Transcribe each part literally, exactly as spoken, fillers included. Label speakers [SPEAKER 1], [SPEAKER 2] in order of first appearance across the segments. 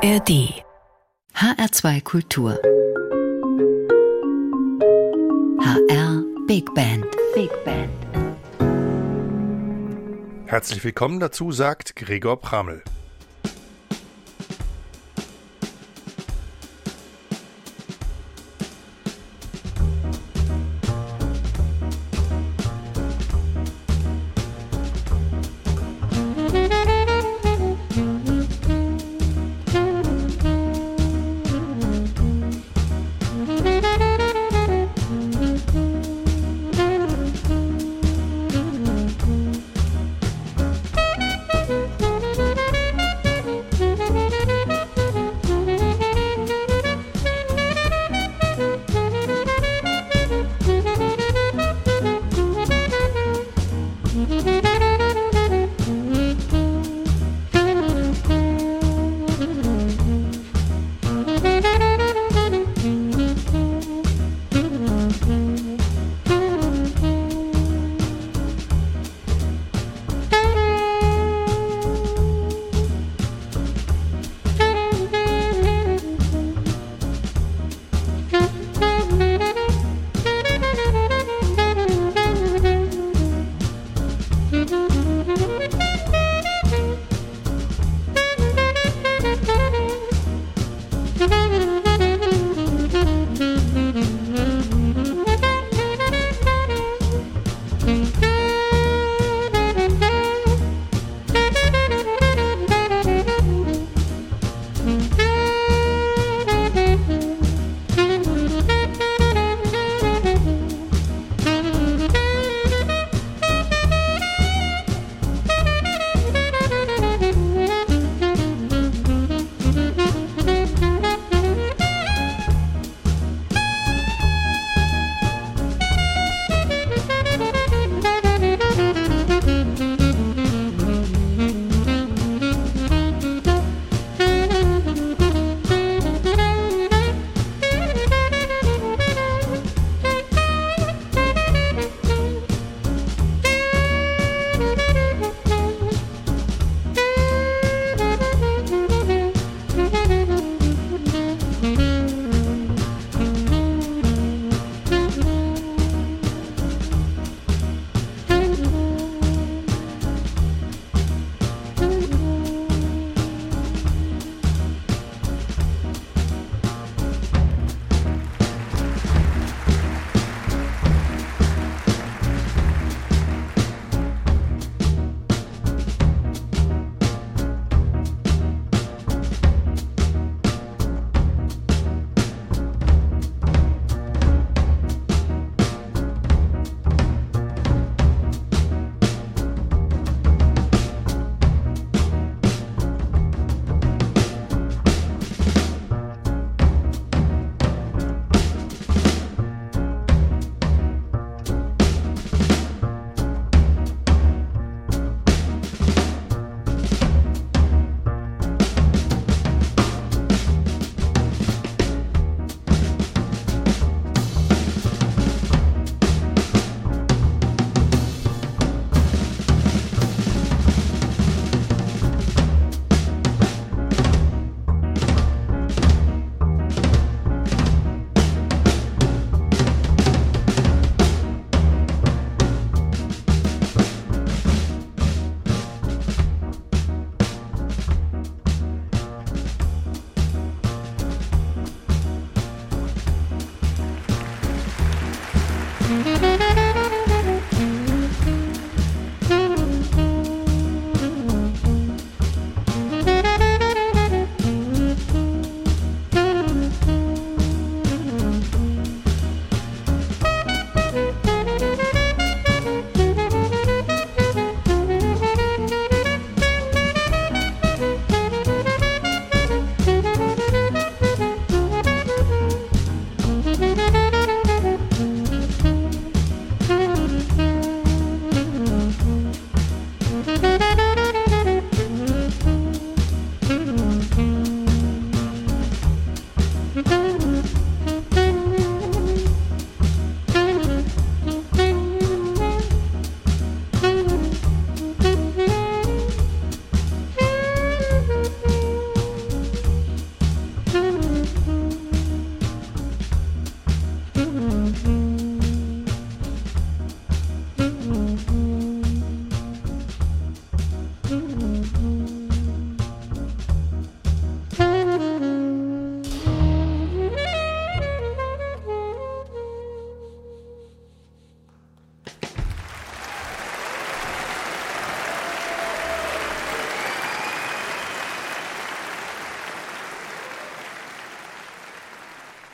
[SPEAKER 1] R D H R zwei Kultur H R Big Band Big Band
[SPEAKER 2] Herzlich willkommen dazu, sagt Gregor Pramel.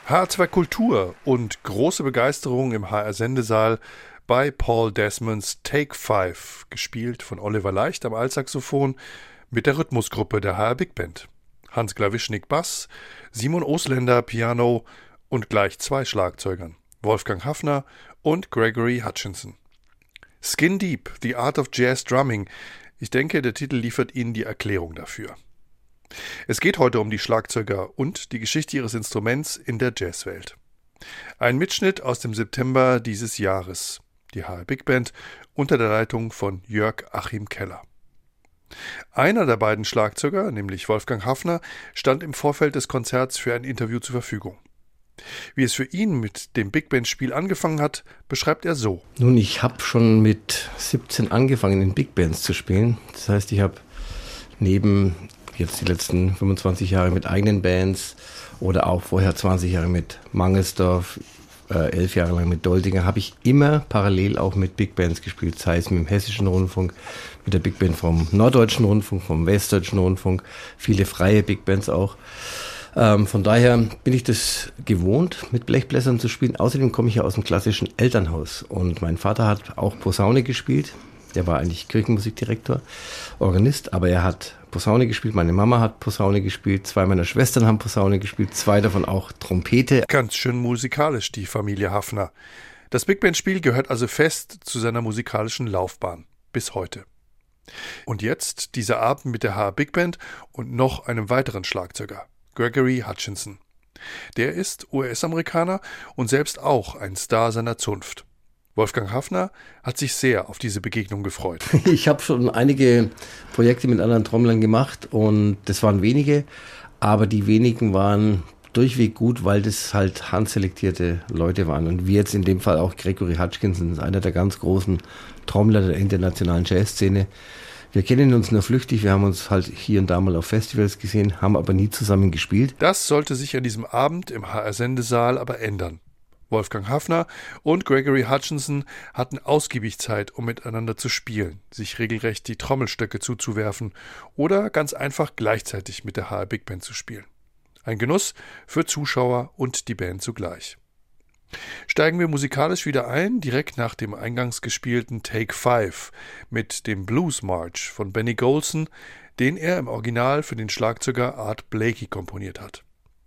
[SPEAKER 2] H R zwei Kultur und große Begeisterung im H R-Sendesaal bei Paul Desmonds Take Five, gespielt von Oliver Leicht am Altsaxophon mit der Rhythmusgruppe der H R Big Band. Hans Glawischnik Bass, Simon Osländer Piano und gleich zwei Schlagzeugern, Wolfgang Haffner und Gregory Hutchinson. Skin Deep, The Art of Jazz Drumming. Ich denke, der Titel liefert Ihnen die Erklärung dafür. Es geht heute um die Schlagzeuger und die Geschichte ihres Instruments in der Jazzwelt. Ein Mitschnitt aus dem September dieses Jahres. Die H R Big Band unter der Leitung von Jörg Achim Keller. Einer der beiden Schlagzeuger, nämlich Wolfgang Haffner, stand im Vorfeld des Konzerts für ein Interview zur Verfügung. Wie es für ihn mit dem Big Band-Spiel angefangen hat, beschreibt er so.
[SPEAKER 3] Nun, ich habe schon mit siebzehn angefangen, in Big Bands zu spielen. Das heißt, ich habe neben jetzt die letzten fünfundzwanzig Jahre mit eigenen Bands oder auch vorher zwanzig Jahre mit Mangelsdorf, äh, elf Jahre lang mit Doldinger, habe ich immer parallel auch mit Big Bands gespielt, sei es mit dem Hessischen Rundfunk, mit der Big Band vom Norddeutschen Rundfunk, vom Westdeutschen Rundfunk, viele freie Big Bands auch. Ähm, von daher bin ich das gewohnt, mit Blechbläsern zu spielen. Außerdem komme ich ja aus dem klassischen Elternhaus und mein Vater hat auch Posaune gespielt. Der war eigentlich Kirchenmusikdirektor, Organist, aber er hat Posaune gespielt. Meine Mama hat Posaune gespielt, zwei meiner Schwestern haben Posaune gespielt, zwei davon auch Trompete.
[SPEAKER 2] Ganz schön musikalisch, die Familie Haffner. Das Big Band-Spiel gehört also fest zu seiner musikalischen Laufbahn, bis heute. Und jetzt dieser Abend mit der H R Big Band und noch einem weiteren Schlagzeuger. Gregory Hutchinson. Der ist U S-Amerikaner und selbst auch ein Star seiner Zunft. Wolfgang Haffner hat sich sehr auf diese Begegnung gefreut.
[SPEAKER 3] Ich habe schon einige Projekte mit anderen Trommlern gemacht und das waren wenige, aber die wenigen waren durchweg gut, weil das halt handselektierte Leute waren. Und wie jetzt in dem Fall auch Gregory Hutchinson, ist einer der ganz großen Trommler der internationalen Jazzszene. Wir kennen uns nur flüchtig, wir haben uns halt hier und da mal auf Festivals gesehen, haben aber nie zusammen gespielt.
[SPEAKER 2] Das sollte sich an diesem Abend im H R-Sendesaal aber ändern. Wolfgang Haffner und Gregory Hutchinson hatten ausgiebig Zeit, um miteinander zu spielen, sich regelrecht die Trommelstöcke zuzuwerfen oder ganz einfach gleichzeitig mit der H R Big Band zu spielen. Ein Genuss für Zuschauer und die Band zugleich. Steigen wir musikalisch wieder ein, direkt nach dem eingangs gespielten Take Five mit dem Blues March von Benny Golson, den er im Original für den Schlagzeuger Art Blakey komponiert hat.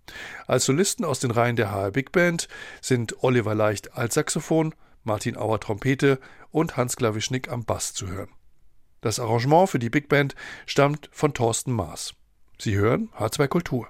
[SPEAKER 2] Als Solisten aus den Reihen der H R Big Band sind Oliver Leicht Altsaxophon, Martin Auer Trompete und Hans Glawischnik am Bass zu hören. Das Arrangement für die Big Band stammt von Thorsten Maas. Sie hören H R zwei Kultur.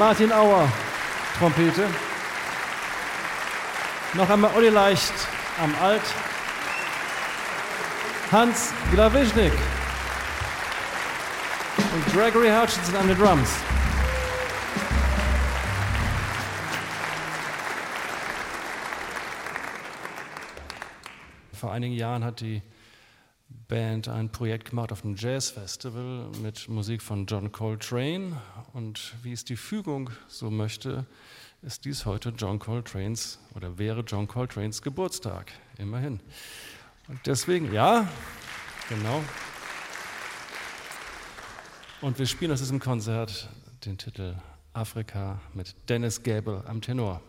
[SPEAKER 4] Martin Auer, Trompete. Noch einmal Olli Leicht am Alt. Hans Glawischnik und Gregory Hutchinson an den Drums. Vor einigen Jahren hat die Band ein Projekt gemacht auf einem Jazz-Festival mit Musik von John Coltrane. Und wie es die Fügung so möchte, ist dies heute John Coltranes oder wäre John Coltranes Geburtstag, immerhin. Und deswegen, ja, genau. Und wir spielen aus diesem Konzert den Titel Afrika mit Dennis Gable am Tenor.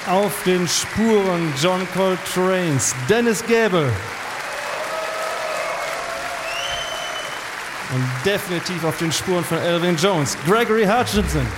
[SPEAKER 4] Auf den Spuren John Coltrane's Dennis Gabel. Und definitiv auf den Spuren von Elvin Jones, Gregory Hutchinson.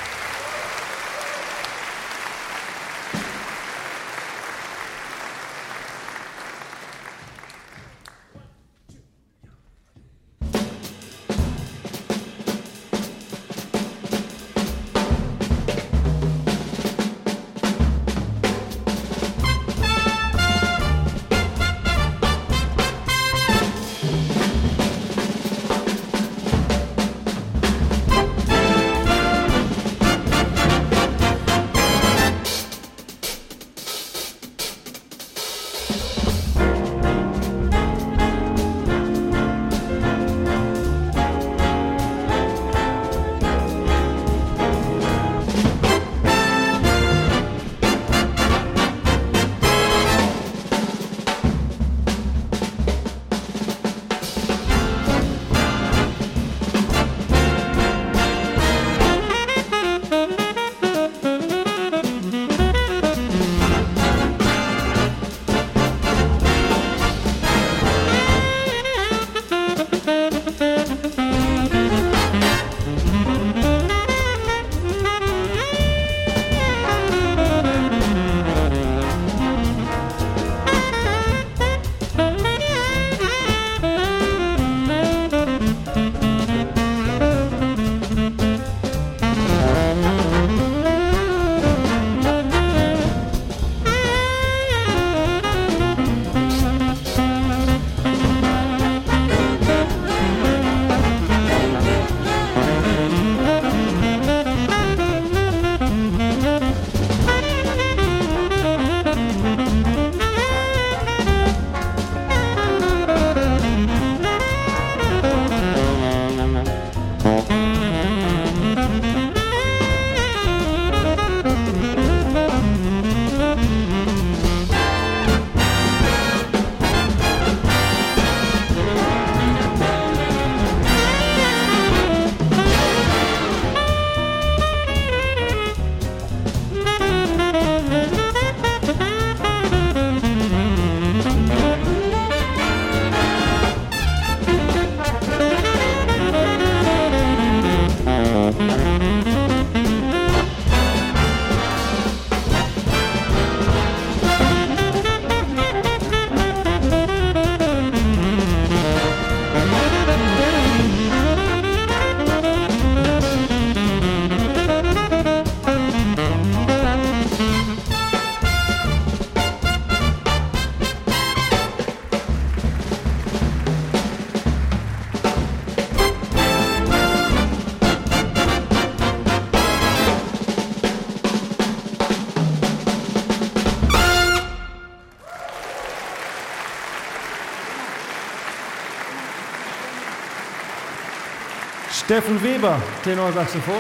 [SPEAKER 4] Steffen Weber, Tenorsaxophon.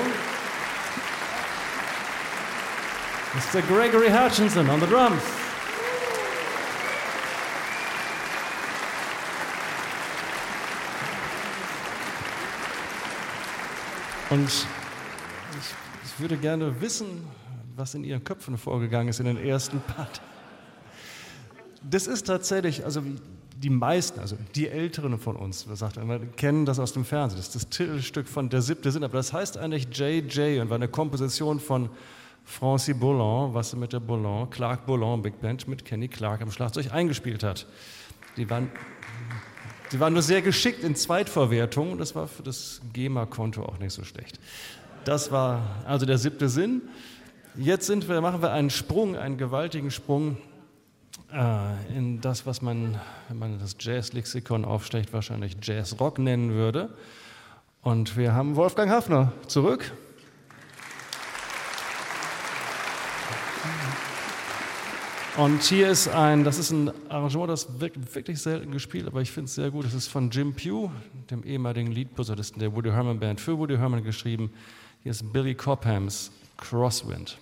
[SPEAKER 4] Mister Gregory Hutchinson on the drums. Und ich, ich würde gerne wissen, was in Ihren Köpfen vorgegangen ist in den ersten Part. Das ist tatsächlich, also die meisten, also die Älteren von uns, was sagt man, kennen das aus dem Fernsehen. Das ist das Titelstück von Der siebte Sinn, aber das heißt eigentlich J J und war eine Komposition von Francis Boulon, was er mit der Boulon, Clark Boulon Big Band mit Kenny Clark am Schlagzeug eingespielt hat. Die waren, die waren nur sehr geschickt in Zweitverwertung und das war für das GEMA-Konto auch nicht so schlecht. Das war also der siebte Sinn. Jetzt sind wir, machen wir einen Sprung, einen gewaltigen Sprung äh, in das, was man, wenn man das Jazz-Lexikon aufschlägt, wahrscheinlich Jazz-Rock nennen würde. Und wir haben Wolfgang Haffner zurück. Und hier ist ein, das ist ein Arrangement, das wird wirklich selten gespielt, aber ich finde es sehr gut. Das ist von Jim Pugh, dem ehemaligen Leadposaunisten der Woody Herman Band, für Woody Herman geschrieben. Hier ist Billy Cophams Crosswind.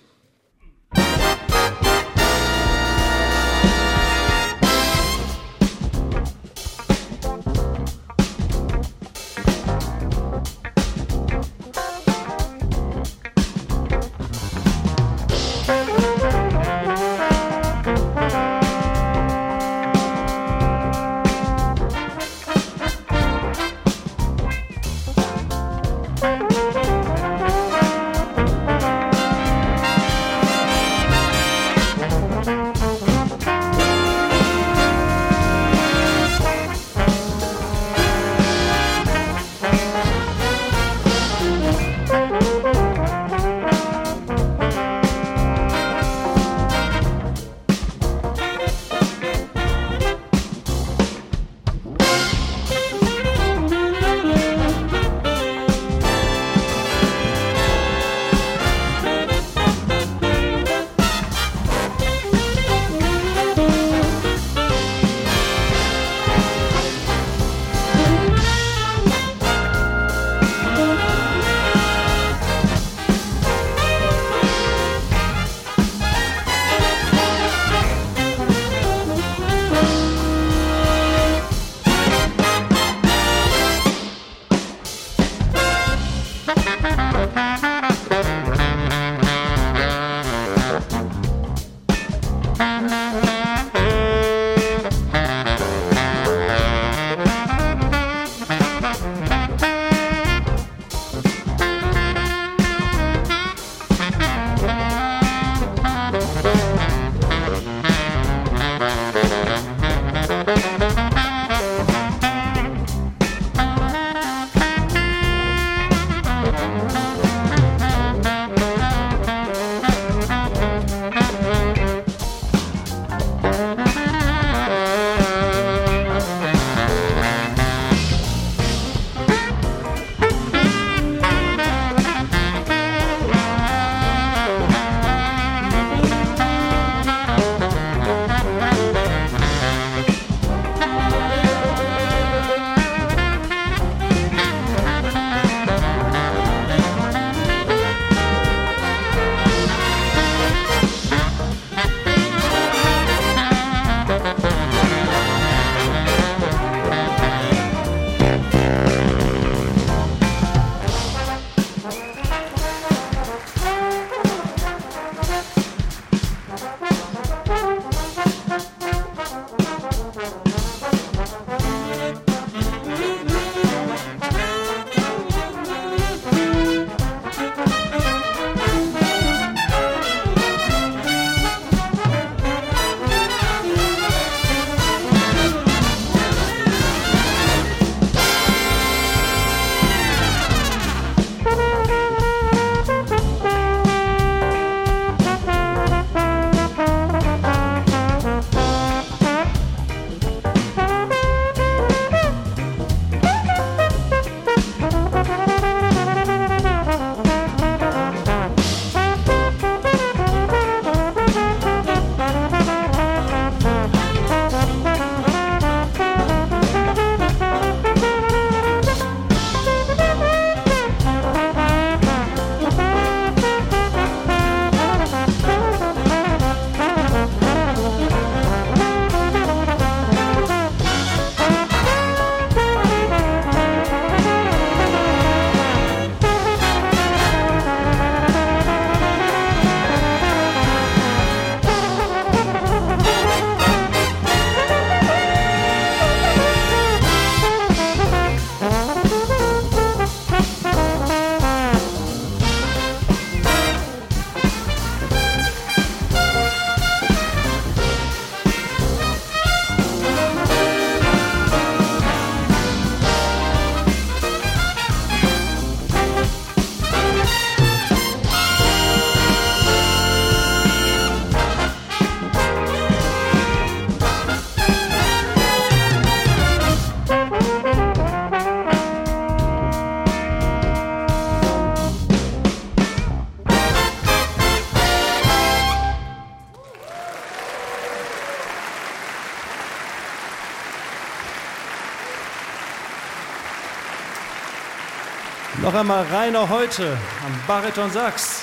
[SPEAKER 4] Noch einmal Rainer Heute am Bariton-Sax.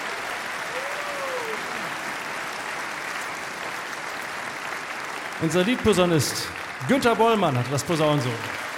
[SPEAKER 4] Unser Liedposaunist Günther Bollmann hat das Posaunensolo.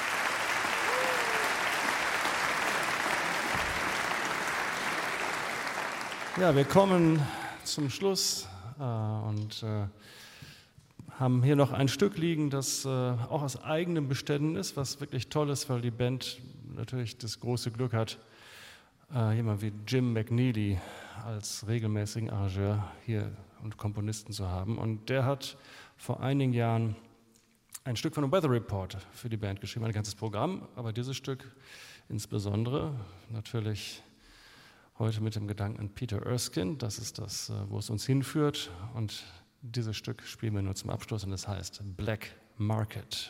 [SPEAKER 4] Ja, wir kommen zum Schluss äh, und äh, haben hier noch ein Stück liegen, das äh, auch aus eigenem Beständen ist, was wirklich toll ist, weil die Band natürlich das große Glück hat, äh, jemand wie Jim McNeely als regelmäßigen Arrangeur hier und Komponisten zu haben. Und der hat vor einigen Jahren ein Stück von einem Weather Report für die Band geschrieben, ein ganzes Programm, aber dieses Stück insbesondere natürlich heute mit dem Gedanken an Peter Erskine, das ist das, wo es uns hinführt. Und dieses Stück spielen wir nur zum Abschluss und es heißt Black Market.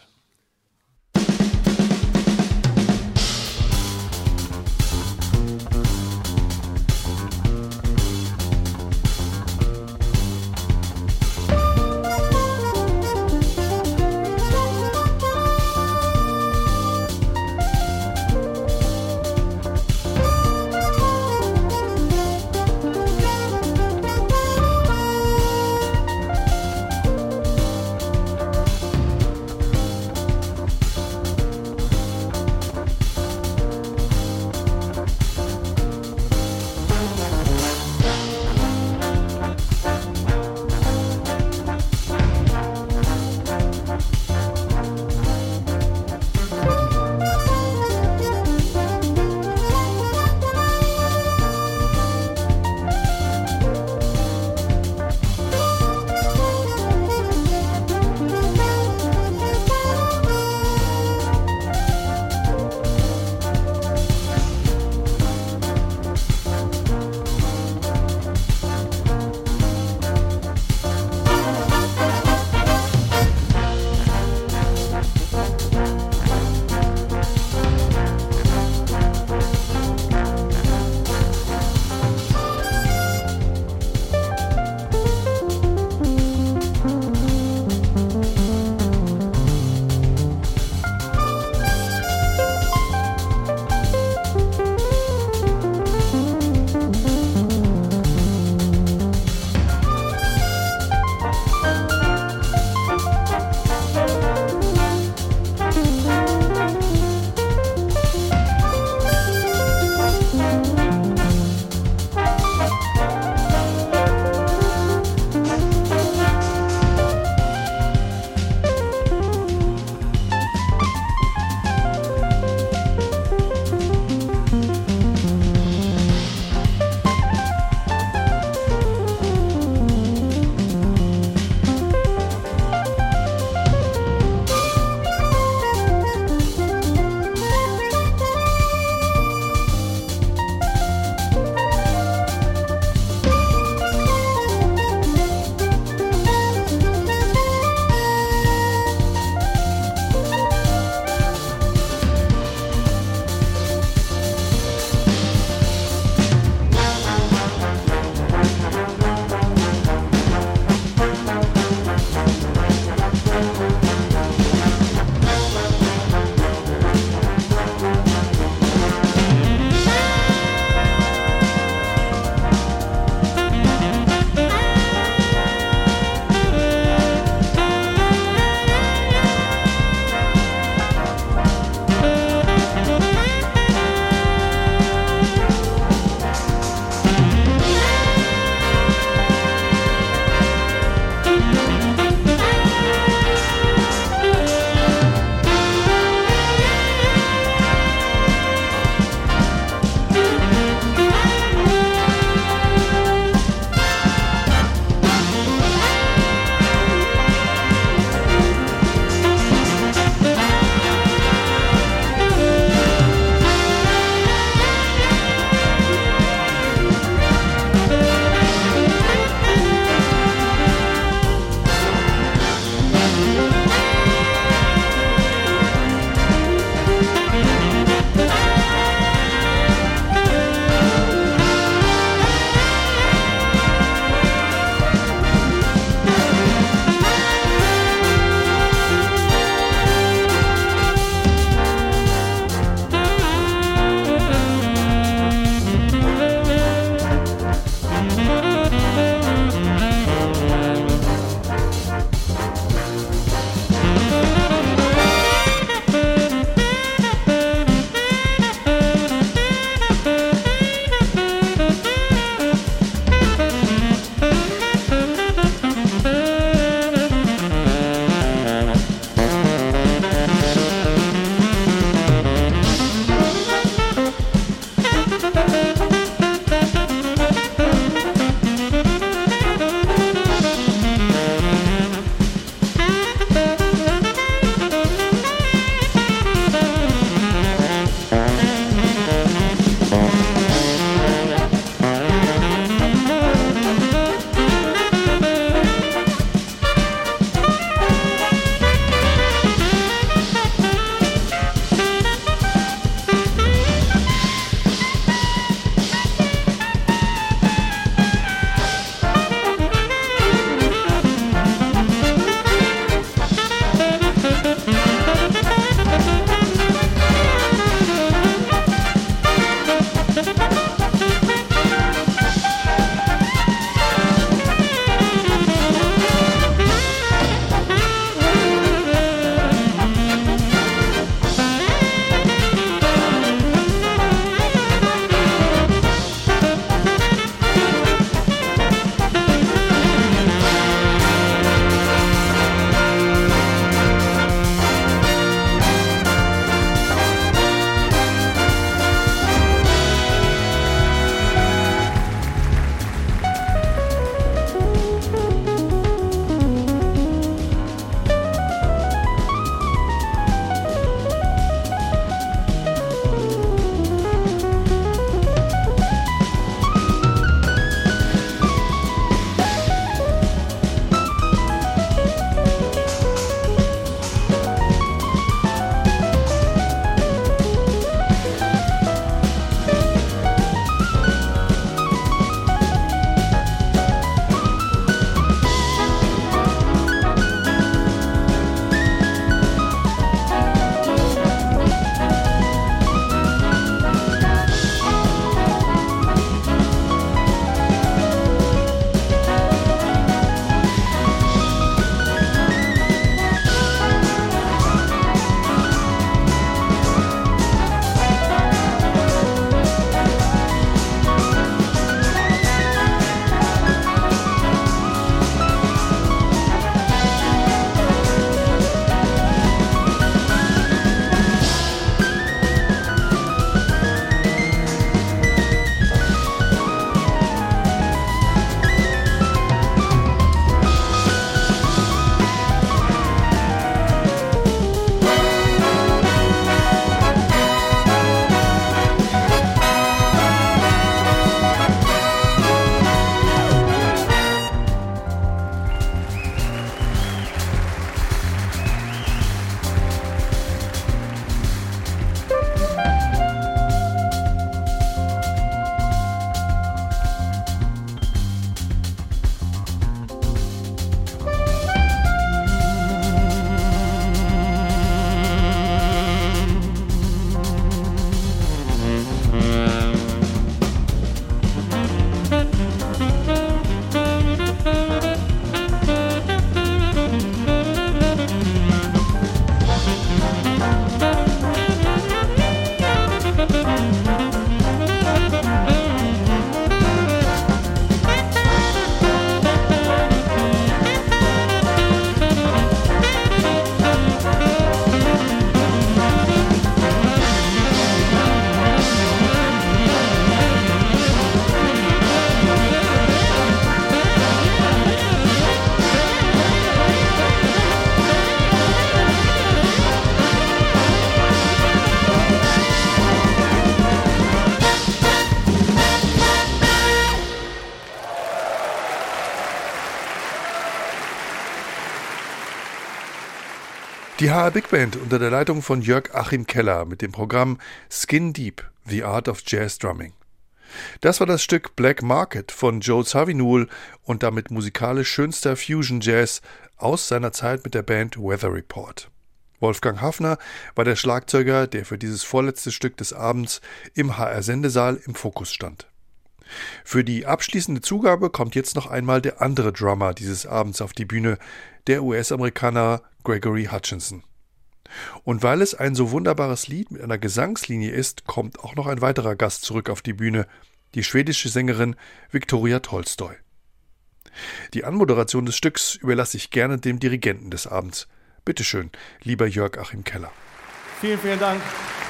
[SPEAKER 2] Die H R Big Band unter der Leitung von Jörg Achim Keller mit dem Programm Skin Deep, The Art of Jazz Drumming. Das war das Stück Black Market von Joe Zawinul und damit musikalisch schönster Fusion Jazz aus seiner Zeit mit der Band Weather Report. Wolfgang Hafner war der Schlagzeuger, der für dieses vorletzte Stück des Abends im H R-Sendesaal im Fokus stand. Für die abschließende Zugabe kommt jetzt noch einmal der andere Drummer dieses Abends auf die Bühne, der U S-Amerikaner Gregory Hutchinson. Und weil es ein so wunderbares Lied mit einer Gesangslinie ist, kommt auch noch ein weiterer Gast zurück auf die Bühne, die schwedische Sängerin Victoria Tolstoy. Die Anmoderation des Stücks überlasse ich gerne dem Dirigenten des Abends. Bitte schön, lieber Jörg Achim Keller.
[SPEAKER 4] Vielen, vielen Dank.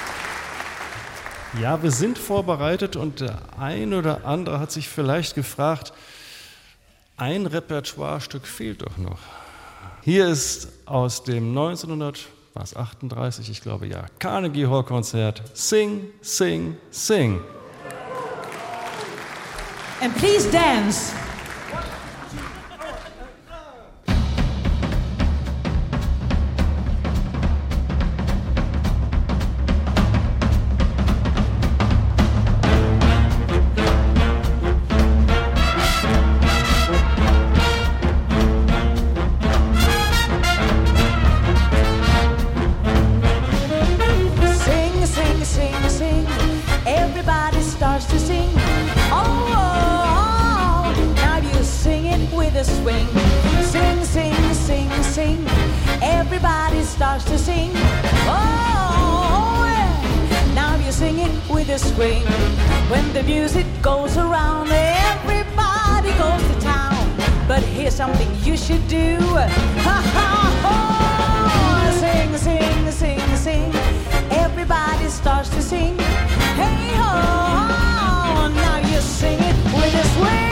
[SPEAKER 4] Ja, wir sind vorbereitet und der ein oder andere hat sich vielleicht gefragt, ein Repertoirestück fehlt doch noch. Hier ist aus dem neunzehnhundertachtunddreißig, ich glaube ja, Carnegie Hall Konzert Sing, Sing, Sing.
[SPEAKER 5] And please dance. When the music goes around, everybody goes to town. But here's something you should do. Ha ha ho! Sing, sing, sing, sing. Everybody starts to sing. Hey ho! Now you sing it with a swing.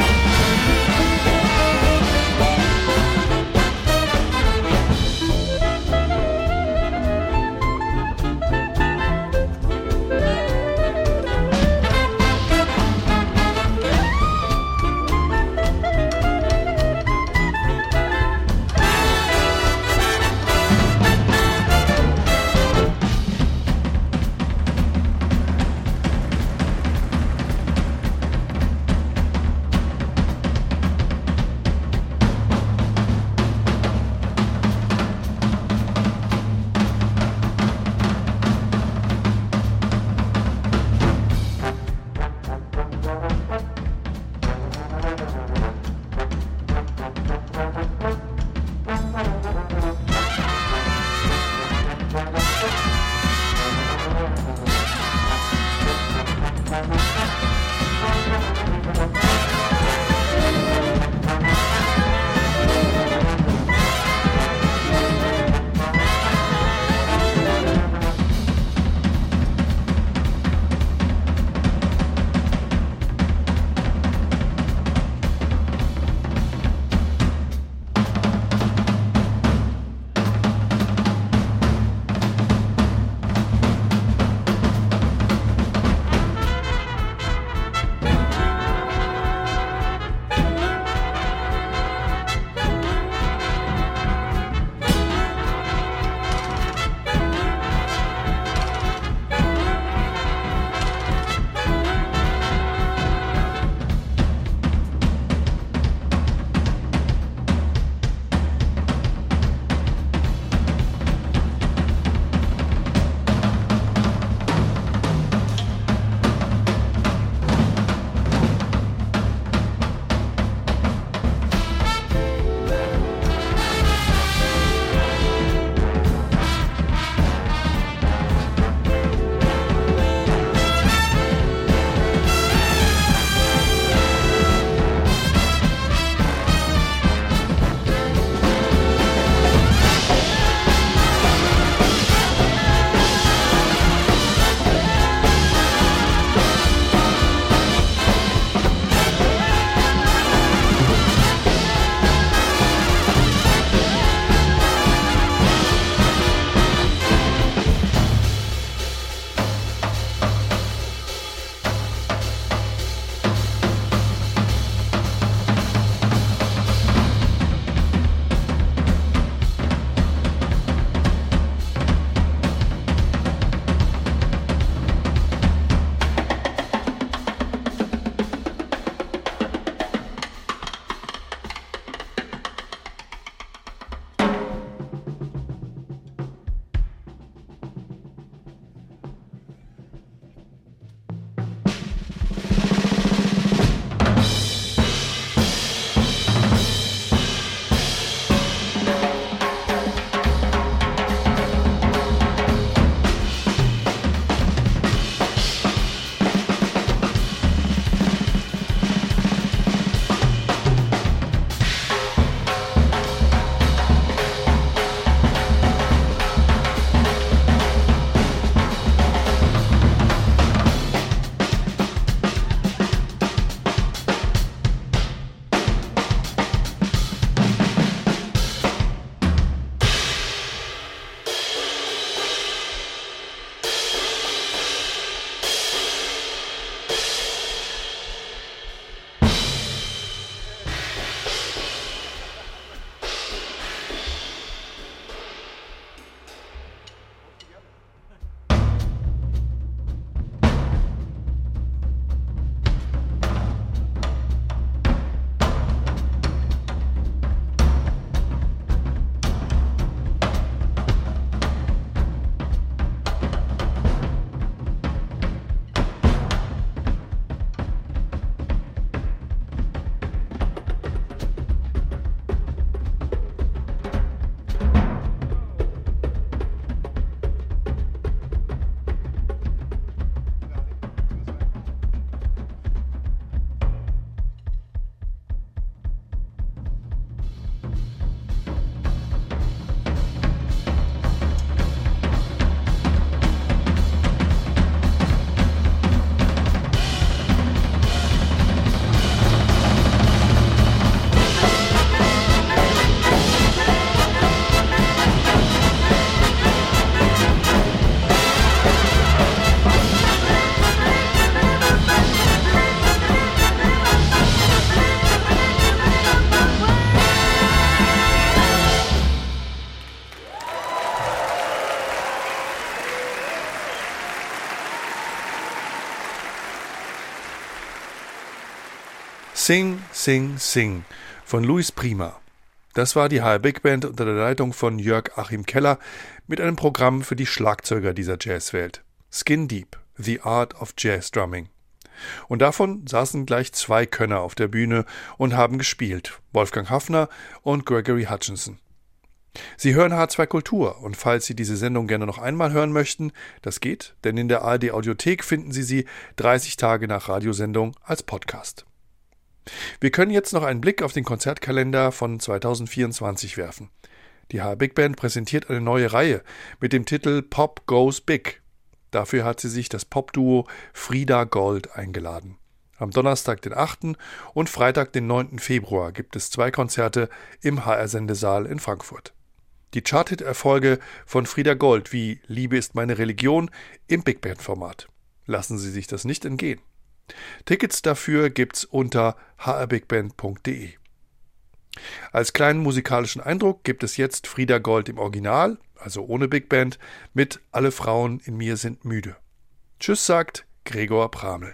[SPEAKER 2] Sing, Sing, Sing von Louis Prima. Das war die H R Big Band unter der Leitung von Jörg Achim Keller mit einem Programm für die Schlagzeuger dieser Jazzwelt. Skin Deep, The Art of Jazz Drumming. Und davon saßen gleich zwei Könner auf der Bühne und haben gespielt, Wolfgang Haffner und Gregory Hutchinson. Sie hören H zwei Kultur und falls Sie diese Sendung gerne noch einmal hören möchten, das geht, denn in der A R D Audiothek finden Sie sie dreißig Tage nach Radiosendung als Podcast. Wir können jetzt noch einen Blick auf den Konzertkalender von zweitausendvierundzwanzig werfen. Die H R Big Band präsentiert eine neue Reihe mit dem Titel Pop Goes Big. Dafür hat sie sich das Popduo Frida Gold eingeladen. Am Donnerstag, den achten und Freitag, den neunten Februar gibt es zwei Konzerte im H R-Sendesaal in Frankfurt. Die Chart-Hit-Erfolge von Frida Gold wie Liebe ist meine Religion im Big Band-Format. Lassen Sie sich das nicht entgehen. Tickets dafür gibt's unter h r big band punkt d e. Als kleinen musikalischen Eindruck gibt es jetzt Frida Gold im Original, also ohne Big Band, mit Alle Frauen in mir sind müde. Tschüss sagt Gregor Pramel.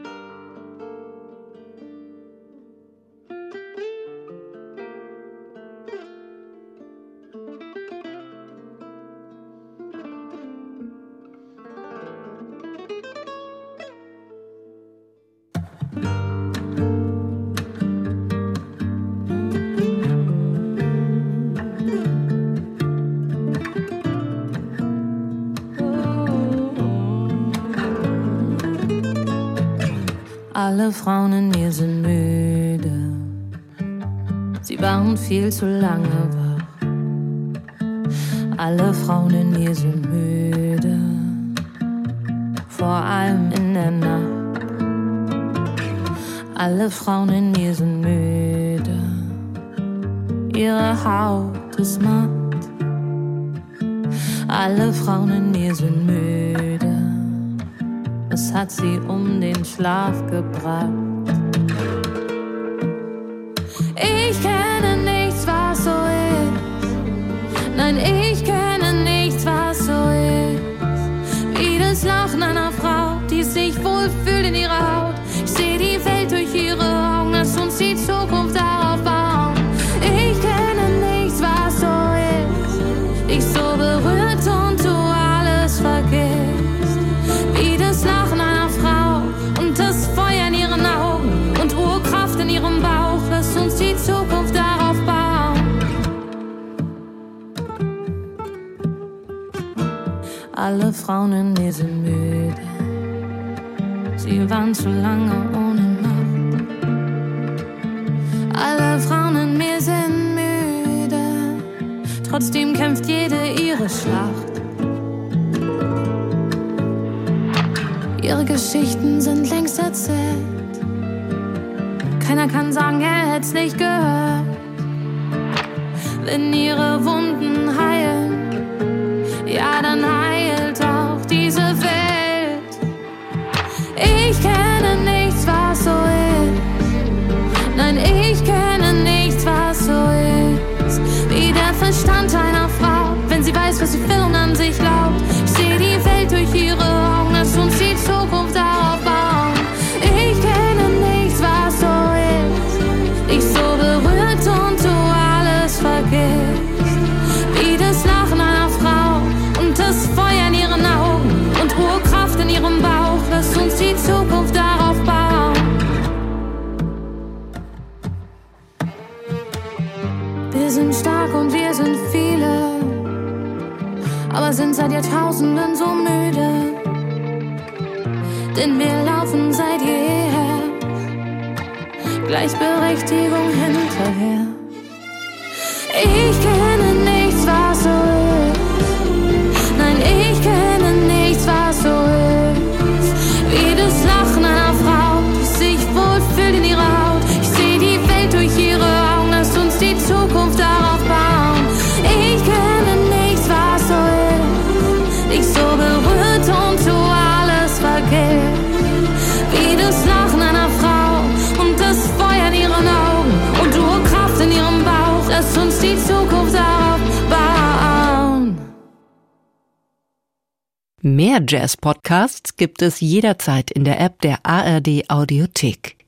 [SPEAKER 6] Alle Frauen in mir sind müde, sie waren viel zu lange wach. Alle Frauen in mir sind müde, vor allem in der Nacht. Alle Frauen in mir sind müde, ihre Haut ist matt. Alle Frauen in mir sind müde, es hat sie um den Schlaf gebracht. Ich kenne nichts, was so ist. Nein, ich kenne nichts, was so ist. Wie das Lachen einer Frau, die sich wohlfühlt in ihrer Haut. Ich sehe die Welt durch ihre Augen, lass uns die Zukunft darauf bauen. Ich kenne nichts, was so ist. Dich so berührt und du alles vergisst. Wie das Lachen einer Frau und das Feuer in ihren Augen und Urkraft in ihrem Bauch. Lass uns die Zukunft darauf bauen. Alle Frauen in mir sind müde, sie waren zu lange ohne Macht. Alle Frauen in mir sind müde, trotzdem kämpft jede ihre Schlacht. Ihre Geschichten sind längst erzählt, keiner kann sagen, er hätt's nicht gehört. Wenn ihre Wunden heilen, ja dann heilt auch diese Welt. Ich kenne nichts, was so ist. Nein, ich kenne nichts, was so ist. Wie der Verstand einer Frau, wenn sie weiß, was sie will und an sich glaubt. Ich sehe die Welt durch ihre Augen, lass uns die Zukunft darauf bauen. Ich kenne nichts, was so ist. Dich so berührt und du alles vergisst. Wie das Lachen einer Frau und das Feuer in ihren Augen und Urkraft in ihrem Bauch. Lass uns die Zukunft darauf bauen. Wir sind stark und wir sind viele, aber sind seit Jahrtausenden so müde. Denn wir laufen seit jeher Gleichberechtigung hinterher. Ich kenne nichts, was so ist. Nein, ich kenne nichts, was so ist. Wie das Lachen einer Frau, die sich wohlfühlt in ihrer Haut. Ich sehe die Welt durch ihre Augen, lasst uns die Zukunft darauf bauen. Ich kenne nichts, was so ist. Dich so berührt und du alles vergisst. Wie das Lachen einer Frau und das Feuer in ihren Augen und Urkraft in ihrem Bauch. Lass uns die Zukunft darauf bauen.
[SPEAKER 1] Mehr Jazz-Podcasts gibt es jederzeit in der App der A R D Audiothek.